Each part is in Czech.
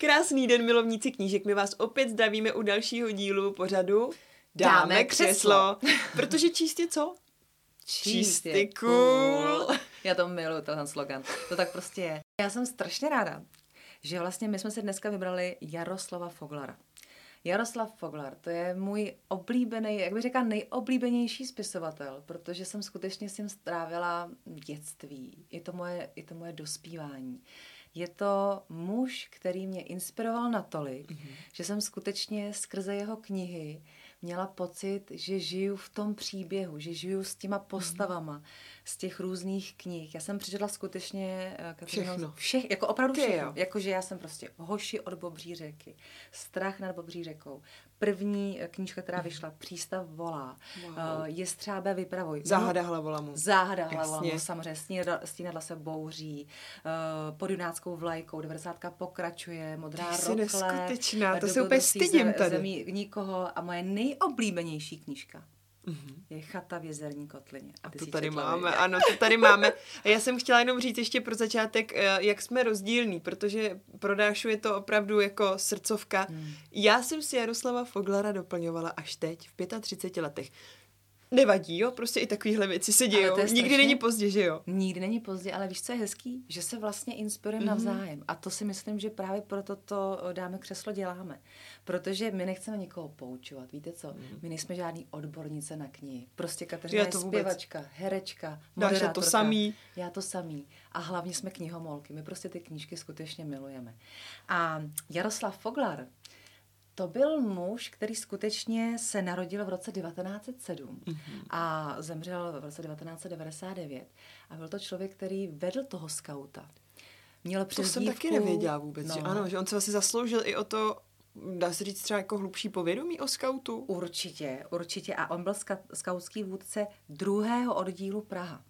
Krásný den, milovníci knížek, my vás opět zdravíme u dalšího dílu pořadu Dáme křeslo. Protože číst je co? Číst je cool. Já to miluji, ten slogan. To tak prostě je. Já jsem strašně ráda, že vlastně my jsme se dneska vybrali Jaroslava Foglara. Jaroslav Foglar, to je můj oblíbený, jak bych řekla, nejoblíbenější spisovatel, protože jsem skutečně s ním strávila dětství. Je to moje dospívání. Je to muž, který mě inspiroval natolik, že jsem skutečně skrze jeho knihy měla pocit, že žiju v tom příběhu, že žiju s těma postavama z těch různých knih. Já jsem přečetla skutečně všechno. Jako opravdu všechno. Jakože já jsem prostě Hoši od Bobří řeky, Strach nad Bobří řekou. První knížka, která vyšla, Přístav volá, Jestřábe vypravuj. Záhada hlavolamu. Záhada hlavolamu, samozřejmě. Stínadla se bouří, Pod junáckou vlajkou, 90. pokračuje, Modrá rokle. Neskutečná, to se úplně stydím tady. Zemí nikoho a moje nejoblíbenější knížka je Chata v Jezerní kotlině. A to tady máme, ano, to tady máme. A já jsem chtěla jenom říct ještě pro začátek, jak jsme rozdílní, protože pro Dášu je to opravdu jako srdcovka. Já jsem si Jaroslava Foglara doplňovala až teď, v 35 letech. Nevadí, jo? Prostě i takovýhle věci se dějou. Nikdy není pozdě, že jo? Nikdy není pozdě, ale víš, co je hezký? Že se vlastně inspirujeme navzájem. A to si myslím, že právě proto to Dáme křeslo děláme. Protože my nechceme nikoho poučovat. Víte co? My nejsme žádný odbornice na knihy. Prostě Kateřina je zpěvačka, herečka, moderátorka. Dáša to samý. Já to samý. A hlavně jsme knihomolky. My prostě ty knížky skutečně milujeme. A Jaroslav Foglar, to byl muž, který skutečně se narodil v roce 1907 a zemřel v roce 1999. A byl to člověk, který vedl toho skauta. Měl přezdívku. To jsem taky nevěděla vůbec, že ano, že on se vlastně zasloužil i o to, dá se říct třeba jako hlubší povědomí o skautu? Určitě. A on byl skautský vůdce 2. oddílu Praha.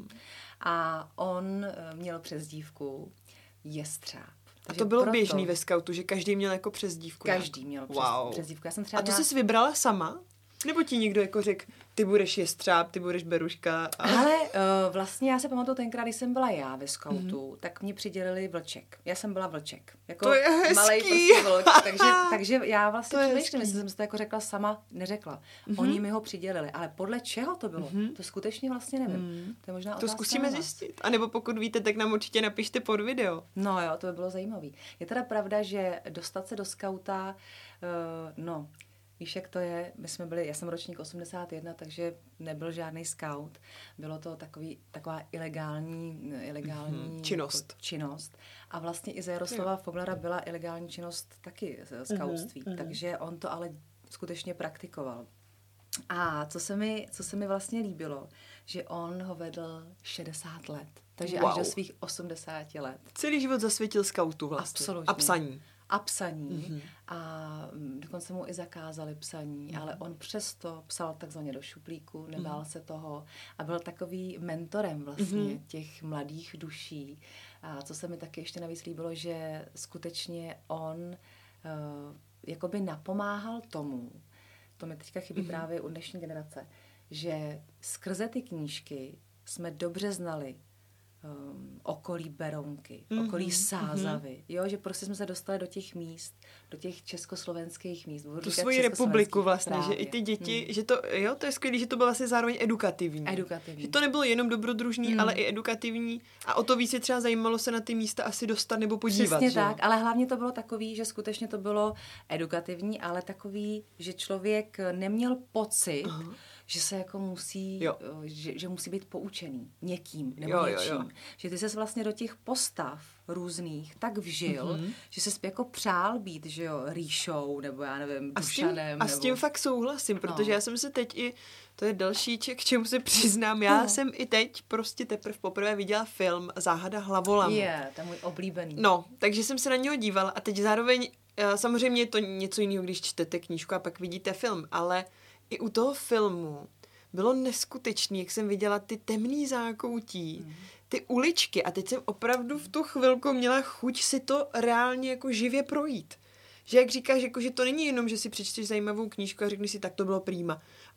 A on měl přezdívku Jestřáb. A to bylo běžný ve skautu, že každý měl jako přezdívku. Každý měl přezdívku. Já jsem třeba a to jsi vybrala sama? Nebo ti někdo jako řekl, ty budeš Jestřáb, ty budeš Beruška? Ale vlastně já se pamatuju tenkrát, když jsem byla já ve skautu, tak mě přidělili Vlček. Já jsem byla Vlček. Jako to je hezký. Malej prostě vlk. Takže já vlastně přemýšlím, jestli jsem si to jako řekla sama, neřekla. Oni mi ho přidělili, ale podle čeho to bylo? To skutečně vlastně nevím. To je možná to zkusíme zjistit. A nebo pokud víte, tak nám určitě napište pod video. No jo, to by bylo zajímavý. Je teda pravda, že dostat se do skauta, víš, jak to je? Já jsem ročník 81, takže nebyl žádný skaut. Bylo to taková ilegální činnost. A vlastně i za Jaroslava Foglara byla ilegální činnost taky skautství. Takže on to ale skutečně praktikoval. A co se mi vlastně líbilo, že on ho vedl 60 let. Takže až do svých 80 let. Celý život zasvětil skautu vlastně. Absolutně. A psaní. A dokonce mu i zakázali psaní, ale on přesto psal takzvaně do šuplíku, nebál se toho a byl takový mentorem vlastně těch mladých duší. A co se mi taky ještě navíc líbilo, že skutečně on jakoby napomáhal tomu, to mi teďka chybí právě u dnešní generace, že skrze ty knížky jsme dobře znali okolí Berounky, okolí Sázavy, jo, že prostě jsme se dostali do těch míst, do těch československých míst. Tu svoji republiku vlastně, právě. Že i ty děti, že to je skvělé, že to bylo vlastně zároveň edukativní. Že to nebylo jenom dobrodružný, ale i edukativní a o to víc je třeba zajímalo se na ty místa asi dostat nebo podívat. Přesně tak, ale hlavně to bylo takový, že skutečně to bylo edukativní, ale takový, že člověk neměl pocit, že se jako musí, že musí být poučený někým nebo něčím. Že ty ses vlastně do těch postav různých tak vžil, že ses jako přál být, že jo, Ríšou, nebo já nevím, Dušanem. A s tím fakt souhlasím, protože já jsem se teď i, to je další k čemu se přiznám, já jsem i teď prostě teprve poprvé viděla film Záhada hlavolamu. To je můj oblíbený. No, takže jsem se na něho dívala a teď zároveň, samozřejmě je to něco jiného, když čtete knížku a pak vidíte film, ale i u toho filmu bylo neskutečný, jak jsem viděla ty temný zákoutí, ty uličky a teď jsem opravdu v tu chvilku měla chuť si to reálně jako živě projít. Že jak říkáš, jako, že to není jenom, že si přečteš zajímavou knížku a řekneš si, tak to bylo prýma,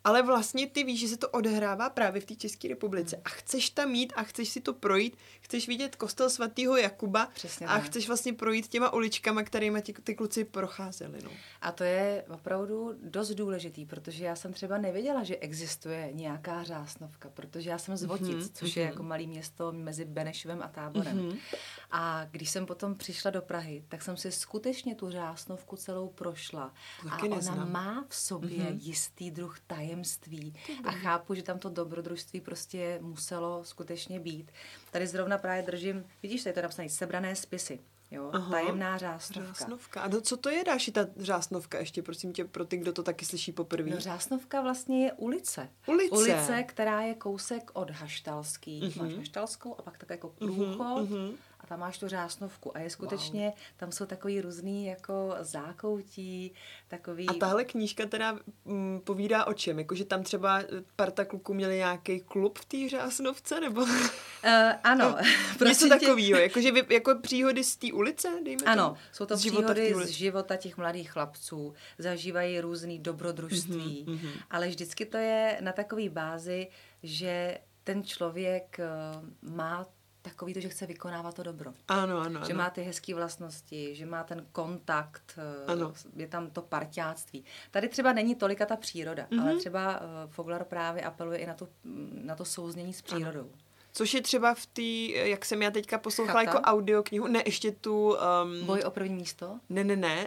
ale vlastně ty víš, že se to odehrává právě v té České republice a chceš tam jít a chceš si to projít, chceš vidět kostel svatého Jakuba a chceš vlastně projít těma uličkama, kterými ty kluci procházeli. No. A to je opravdu dost důležitý, protože já jsem třeba nevěděla, že existuje nějaká Řásnovka, protože já jsem z Votic, což je jako malé město mezi Benešovem a Táborem. A když jsem potom přišla do Prahy, tak jsem si skutečně tu Řásnovku celou prošla. A ona má v sobě jistý druh tajemství. A chápu, že tam to dobrodružství prostě muselo skutečně být. Tady zrovna právě držím, vidíš, tady to je napsané Sebrané spisy. Jo, tajemná Řásnovka. A co to je, Dáši, ta Řásnovka ještě, prosím tě, pro ty, kdo to taky slyší poprvé? No, Řásnovka vlastně je ulice. Ulice, která je kousek od Haštalských. Máš Haštalskou a pak tak jako průchod a tam máš tu Řásnovku. A je skutečně, tam jsou takový různý jako zákoutí, takový... A tahle knížka teda povídá o čem? Jakože tam třeba parta kluků měli nějaký klub v té Řásnovce, nebo... Ano. Něco takového, jakože jako příhody z té ulice, dejme tomu? Ano, jsou to příhody z života těch mladých chlapců, zažívají různý dobrodružství, ale vždycky to je na takový bázi, že ten člověk má takový to, že chce vykonávat to dobro. Ano. Že má ty hezké vlastnosti, že má ten kontakt, je tam to parťáctví. Tady třeba není tolika ta příroda, ale třeba Foglar právě apeluje i na to souznění s přírodou. Ano. Což je třeba v té, jak jsem já teďka poslouchala jako audioknihu, ne, ještě tu... Boj o první místo? Ne.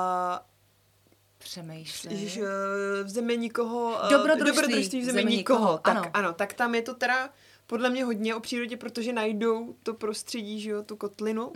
Přemýšlej. V zemi nikoho... Dobrodružství v zemi nikoho. Tak, ano, tak tam je to teda podle mě hodně o přírodě, protože najdou to prostředí, že jo, tu kotlinu.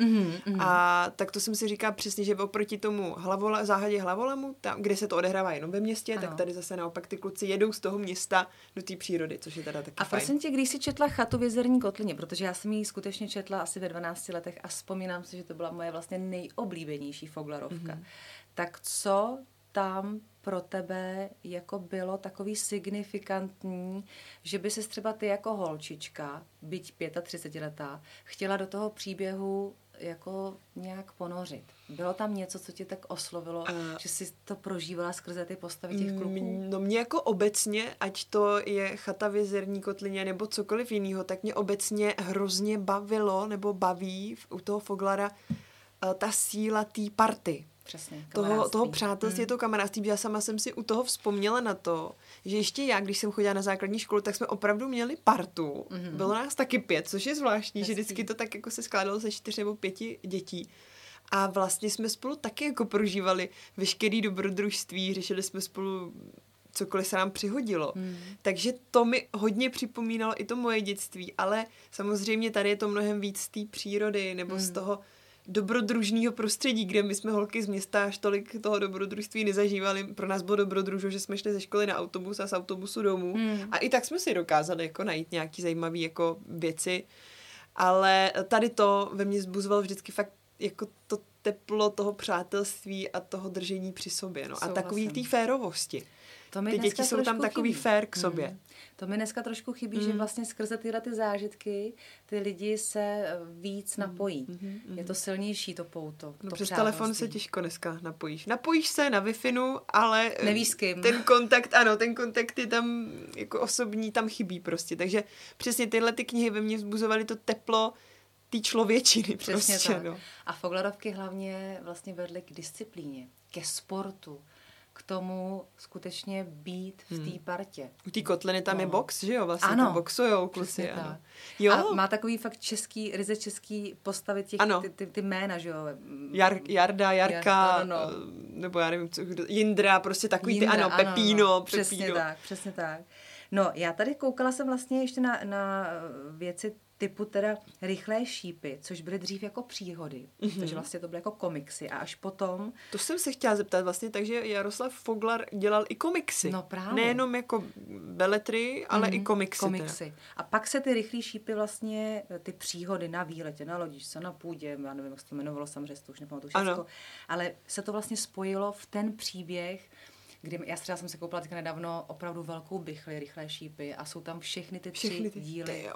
A tak to jsem si říká přesně, že oproti tomu záhadě Hlavolemu, tam, kde se to odehrává jenom ve městě, tak tady zase naopak ty kluci jedou z toho města do té přírody, což je teda taky fajn. A prosím tě, když jsi četla Chatu v Jezerní kotlině, protože já jsem ji skutečně četla asi ve 12 letech a vzpomínám si, že to byla moje vlastně nejoblíbenější Foglarovka. Tak co tam pro tebe jako bylo takový signifikantní, že by ses třeba ty jako holčička, byť 35letá, chtěla do toho příběhu jako nějak ponořit? Bylo tam něco, co tě tak oslovilo, že jsi to prožívala skrze ty postavy těch kluků? No mě jako obecně, ať to je Chata v Jezerní kotlině nebo cokoliv jiného, tak mě obecně hrozně bavilo nebo baví u toho Foglara ta síla té party. Přesně, toho přátelství, toho kamarádství. Já sama jsem si u toho vzpomněla na to, že ještě já, když jsem chodila na základní školu, tak jsme opravdu měli partu. Bylo nás taky 5, což je zvláštní, že vždycky to tak jako se skládalo ze 4 nebo 5 dětí. A vlastně jsme spolu taky jako prožívali veškerý dobrodružství, řešili jsme spolu cokoliv se nám přihodilo. Takže to mi hodně připomínalo i to moje dětství, ale samozřejmě tady je to mnohem víc z té přírody nebo z toho dobrodružného prostředí, kde my jsme holky z města až tolik toho dobrodružství nezažívali. Pro nás bylo dobrodružo, že jsme šli ze školy na autobus a z autobusu domů. A i tak jsme si dokázali jako najít nějaký zajímavý jako věci. Ale tady to ve mně zbuzovalo vždycky fakt jako to teplo toho přátelství a toho držení při sobě. No. A takový té férovosti. Ty děti jsou tam takový fér k sobě. To mi dneska trošku chybí, že vlastně skrze tyhle ty zážitky ty lidi se víc napojí. Je to silnější to pouto. No, přes telefon se těžko dneska napojíš. Napojíš se na Wi-Fi, ale nevíš s kým. Ten kontakt je tam jako osobní, tam chybí prostě. Takže přesně tyhle ty knihy ve mně vzbuzovaly to teplo té člověčiny. Přesně prostě, tak. No. A Foglarovky hlavně vlastně vedly k disciplíně, ke sportu, k tomu skutečně být v té partě. U té kotliny tam je box, že jo? Vlastně tam boxujou kluci. Ano. Jo? A má takový fakt ryze český postavy ty jména, že jo? Jarda, Jarka, nebo já nevím, Jindra, prostě takový Pepíno. Přesně tak. No, já tady koukala jsem vlastně ještě na věci typu teda Rychlé šípy, což byly dřív jako příhody. Takže vlastně to byly jako komiksy. A až potom... To jsem se chtěla zeptat vlastně, takže Jaroslav Foglar dělal i komiksy. No právě. Nejenom jako beletry, ale i komiksy. A pak se ty Rychlé šípy vlastně, ty příhody na výletě, na lodičce, na půdě, já nevím, jak se to jmenovalo, samozřejmě to už nepamatuju všechno, ale se to vlastně spojilo v ten příběh, kdy já třeba jsem se koupila teďka nedávno opravdu velkou bichli Rychlé šípy a jsou tam všechny ty 3 díly.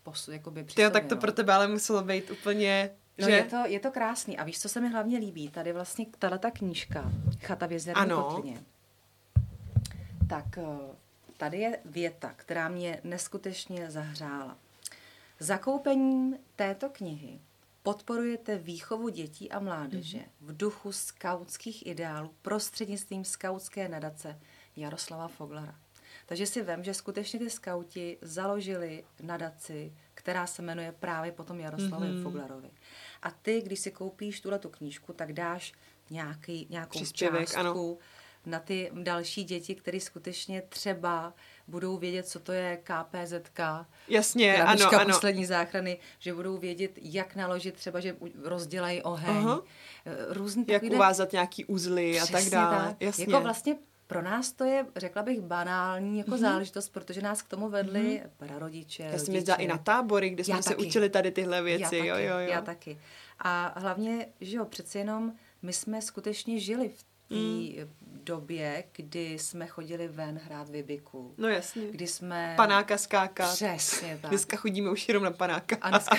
Tak to pro tebe ale muselo být úplně, že? No je to krásný. A víš, co se mi hlavně líbí? Tady vlastně tato knížka Chata v Jezerní kotlině. Tak tady je věta, která mě neskutečně zahřála. Zakoupením této knihy podporujete výchovu dětí a mládeže v duchu skautských ideálů prostřednictvím skautské nadace Jaroslava Foglara. Takže si vem, že skutečně ty skauti založili nadaci, která se jmenuje právě potom Jaroslavovi Foglarovi. A ty, když si koupíš tuhletu knížku, tak dáš nějakou částku ano. na ty další děti, které skutečně třeba budou vědět, co to je KPZK. Jasně, ano. Poslední záchrany, že budou vědět, jak naložit třeba, že rozdělají oheň. Různý jak uvázat nějaký uzly a tak dále. Tak. Jasně. Jako vlastně pro nás to je, řekla bych, banální jako záležitost, protože nás k tomu vedli prarodiče, Já jsem jezdila i na tábory, kde jsme se učili tady tyhle věci. Já taky. A hlavně, že jo, přeci jenom my jsme skutečně žili v té době, kdy jsme chodili ven hrát vybiku. No jasně. Kdy jsme... Panáka skákat. Přesně tak. Dneska chodíme už jenom na panáka.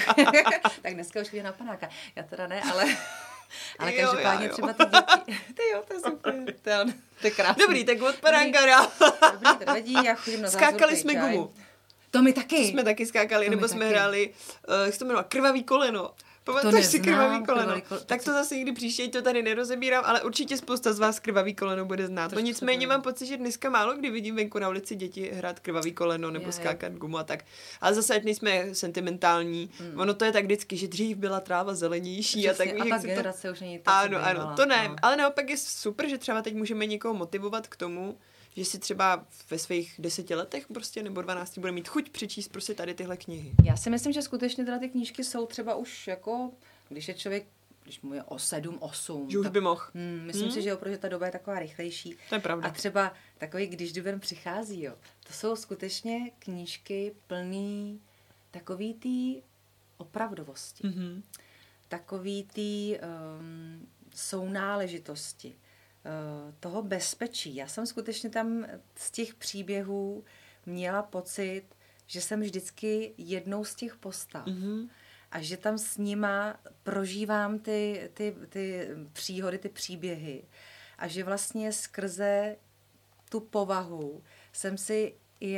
Tak dneska už chodíme na panáka. Já teda ne, ale každopádně třeba ty děti... to je super. To je krásný. Dobrý, tak od panáka dál. Dobrý, to nevadí, já chodím na Skákali jsme gumu. To my taky. To jsme taky skákali, nebo jsme hráli, jak se to jmenovalo, krvavý koleno. Pamatuješ si krvavý koleno? Tak to zase někdy příště to tady nerozebírám, ale určitě spousta z vás krvavý koleno bude znát. No nicméně mám pocit, že dneska málo kdy vidím venku na ulici děti hrát krvavý koleno nebo skákat gumu a tak. Ale zase, ať nejsme sentimentální, ono to je tak vždycky, že dřív byla tráva zelenější a tak. A ta generace už není tak. Ano, to ne. Ale naopak je super, že třeba teď můžeme někoho motivovat k tomu, že si třeba ve svých 10 letech prostě nebo 12 bude mít chuť přečíst prostě tady tyhle knihy. Já si myslím, že skutečně teda ty knížky jsou třeba už jako, když je člověk, když mu je o 7, 8. Že už by mohl. Myslím si, že jo, protože ta doba je taková rychlejší. To je pravda. A třeba takový, když duben přichází, jo, to jsou skutečně knížky plný takový tý opravdovosti. Takový tý sounáležitosti. Toho bezpečí. Já jsem skutečně tam z těch příběhů měla pocit, že jsem vždycky jednou z těch postav. A že tam s nima prožívám ty příhody, ty příběhy. A že vlastně skrze tu povahu jsem si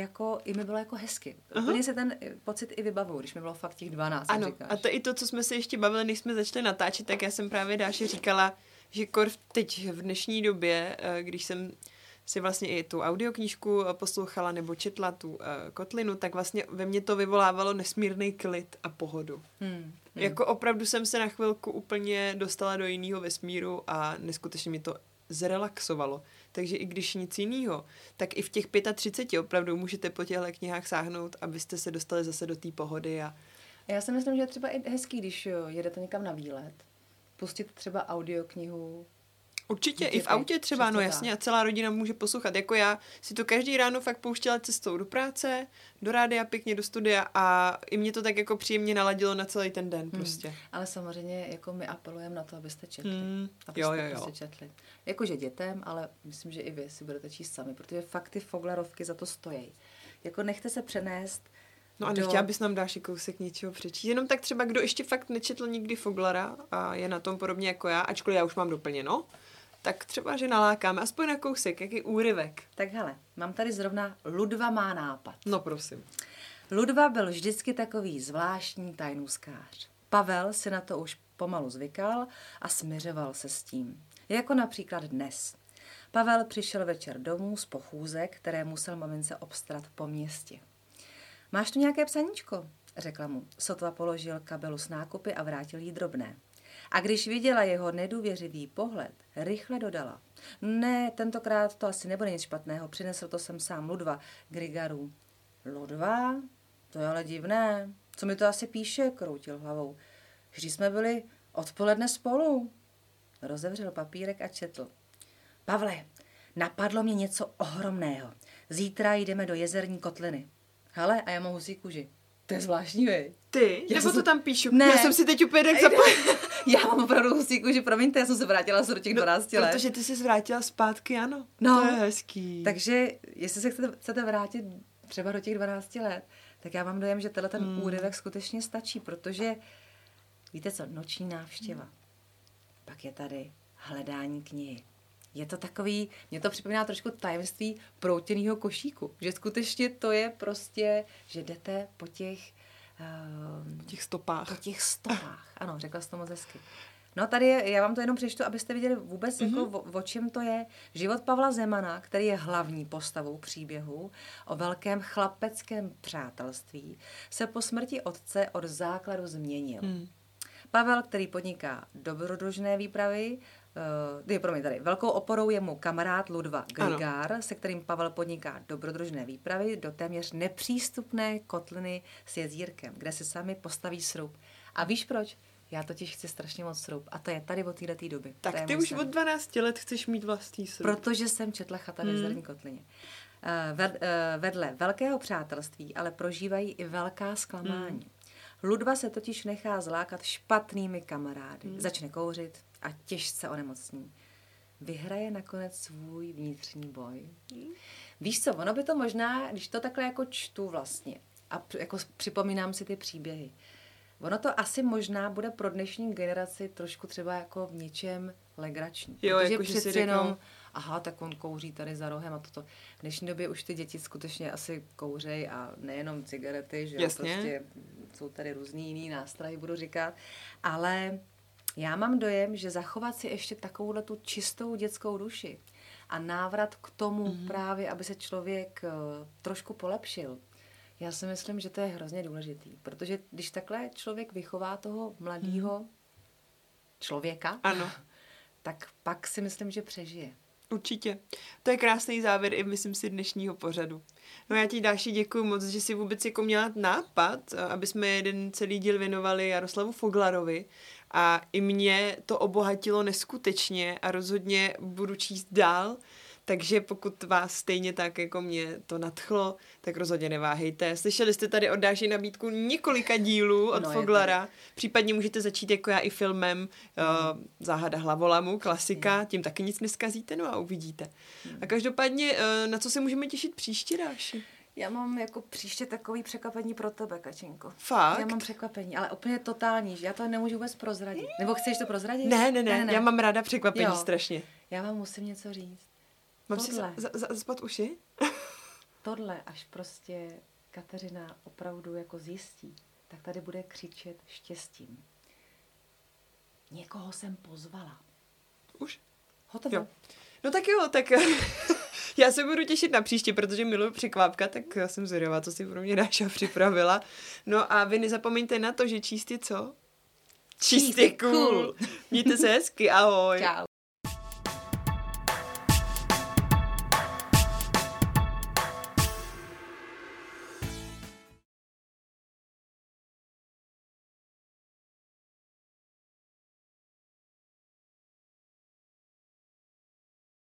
i mi bylo jako hezky. Úplně se ten pocit i vybavuju, když mi bylo fakt těch 12, ano, říkáš. A to i to, co jsme si ještě bavili, než jsme začali natáčet, tak já jsem právě Dáši říkala, že teď v dnešní době, když jsem si vlastně i tu audioknížku poslouchala nebo četla tu kotlinu, tak vlastně ve mně to vyvolávalo nesmírný klid a pohodu. Jako opravdu jsem se na chvilku úplně dostala do jiného vesmíru a neskutečně mi to zrelaxovalo. Takže i když nic jiného, tak i v těch 35 opravdu můžete po těchto knihách sáhnout, abyste se dostali zase do té pohody. Já si myslím, že je třeba i hezký, když jedete někam na výlet, pustit třeba audioknihu. Určitě, i v autě třeba, no jasně, a celá rodina může poslouchat. Jako já si to každý ráno fakt pouštěla cestou do práce, do rádia, pěkně do studia a i mě to tak jako příjemně naladilo na celý ten den prostě. Ale samozřejmě jako my apelujeme na to, abyste četli. Abyste četli. Jakože dětem, ale myslím, že i vy si budete číst sami, protože fakt ty Foglarovky za to stojí. Jako nechte se přenést. No a nechtěla bys nám Dáši kousek něčeho přečíst. Jenom tak třeba, kdo ještě fakt nečetl nikdy Foglara a je na tom podobně jako já, ačkoliv já už mám doplněno, tak třeba, že nalákáme aspoň na kousek, jaký úryvek. Tak hele, mám tady zrovna Ludva má nápad. No prosím. Ludva byl vždycky takový zvláštní tajnůskář. Pavel si na to už pomalu zvykal a smiřoval se s tím. Jako například dnes. Pavel přišel večer domů z pochůzek, které musel mamince obstarat po městě. Máš tu nějaké psaníčko? Řekla mu. Sotva položil kabelu s nákupy a vrátil jí drobné. A když viděla jeho nedůvěřivý pohled, rychle dodala. Ne, tentokrát to asi nebude nic špatného, přinesl to sem sám Ludva Grigarů. Ludva? To je ale divné. Co mi to asi píše, kroutil hlavou. Vždyť jsme byli odpoledne spolu. Rozevřel papírek a četl. Pavle, napadlo mě něco ohromného. Zítra jdeme do jezerní kotliny. Hele, a já mám husí kůži. To je zvláštní, vej. Ty? Nebo to tam píšu? Ne. Já jsem si teď úplně tak zapomněla. Já mám opravdu husí kůži, promiňte, já jsem se vrátila do těch 12 let. Protože ty jsi vrátila zpátky, ano. No, to je hezký. Takže, jestli se chcete vrátit třeba do těch 12 let, tak já mám dojem, že tenhle ten úryvek skutečně stačí, protože, víte co, noční návštěva. Pak je tady hledání knihy. je to takový, mě to připomíná trošku tajemství proutěnýho košíku, že skutečně to je prostě, že jdete po těch stopách. Po těch stopách, ano, řekla jsi to moc hezky. No tady já vám to jenom přečtu, abyste viděli vůbec, jako o čem to je. Život Pavla Zemana, který je hlavní postavou příběhu o velkém chlapeckém přátelství, se po smrti otce od základu změnil. Pavel, který podniká dobrodružné výpravy, velkou oporou je mu kamarád Ludva Grigár, se kterým Pavel podniká dobrodružné výpravy do téměř nepřístupné kotliny s jezírkem, kde se sami postaví srub. A víš proč? Já totiž chci strašně moc srub. A to je tady od této doby. Tak ty už od 12 let chceš mít vlastní srub. Protože jsem četla Chata v jezerní kotlině. Vedle velkého přátelství ale prožívají i velká zklamání. Ludva se totiž nechá zlákat špatnými kamarády. Začne kouřit a těžce onemocní. Vyhraje nakonec svůj vnitřní boj. Víš co, ono by to možná, když to takhle jako čtu vlastně a jako připomínám si ty příběhy, ono to asi možná bude pro dnešní generaci trošku třeba jako v něčem legrační. Jo, protože jako, přeci jenom, aha, tak on kouří tady za rohem a toto. V dnešní době už ty děti skutečně asi kouřej a nejenom cigarety, že jo, prostě jsou tady různý jiný nástrahy, budu říkat, ale já mám dojem, že zachovat si ještě takovouhle tu čistou dětskou duši a návrat k tomu právě, aby se člověk trošku polepšil. Já si myslím, že to je hrozně důležitý, protože když takhle člověk vychová toho mladého člověka, ano, tak pak si myslím, že přežije. Určitě. To je krásný závěr i, myslím si, dnešního pořadu. No já ti, Dáši, děkuji moc, že jsi vůbec jako měla nápad, aby jsme jeden celý díl věnovali Jaroslavu Foglarovi a i mě to obohatilo neskutečně a rozhodně budu číst dál, takže pokud vás stejně tak jako mě to nadchlo, tak rozhodně neváhejte. Slyšeli jste tady od Dáši nabídku několika dílů od Foglara. Případně můžete začít jako já i filmem Záhada hlavolamu, klasika, tím taky nic neskazíte, no a uvidíte. A každopádně, na co se můžeme těšit příště, Dáši? Já mám jako příště takový překvapení pro tebe, Kačenko. Fakt? Já mám překvapení, ale úplně totální, že já to nemůžu vůbec prozradit. Nebo chceš to prozradit? Ne, já mám ráda překvapení strašně. Já vám musím něco říct. Mám si zaspat uši? Tohle, až prostě Kateřina opravdu jako zjistí, tak tady bude křičet štěstím. Někoho jsem pozvala. Už? Hotovo. Jo. No tak jo, tak já se budu těšit na příště, protože miluji překvápka, tak já jsem zvědavá, co si pro mě Dáša připravila. No a vy nezapomeňte na to, že číst je co? Číst je cool. Mějte se hezky, ahoj. Čau.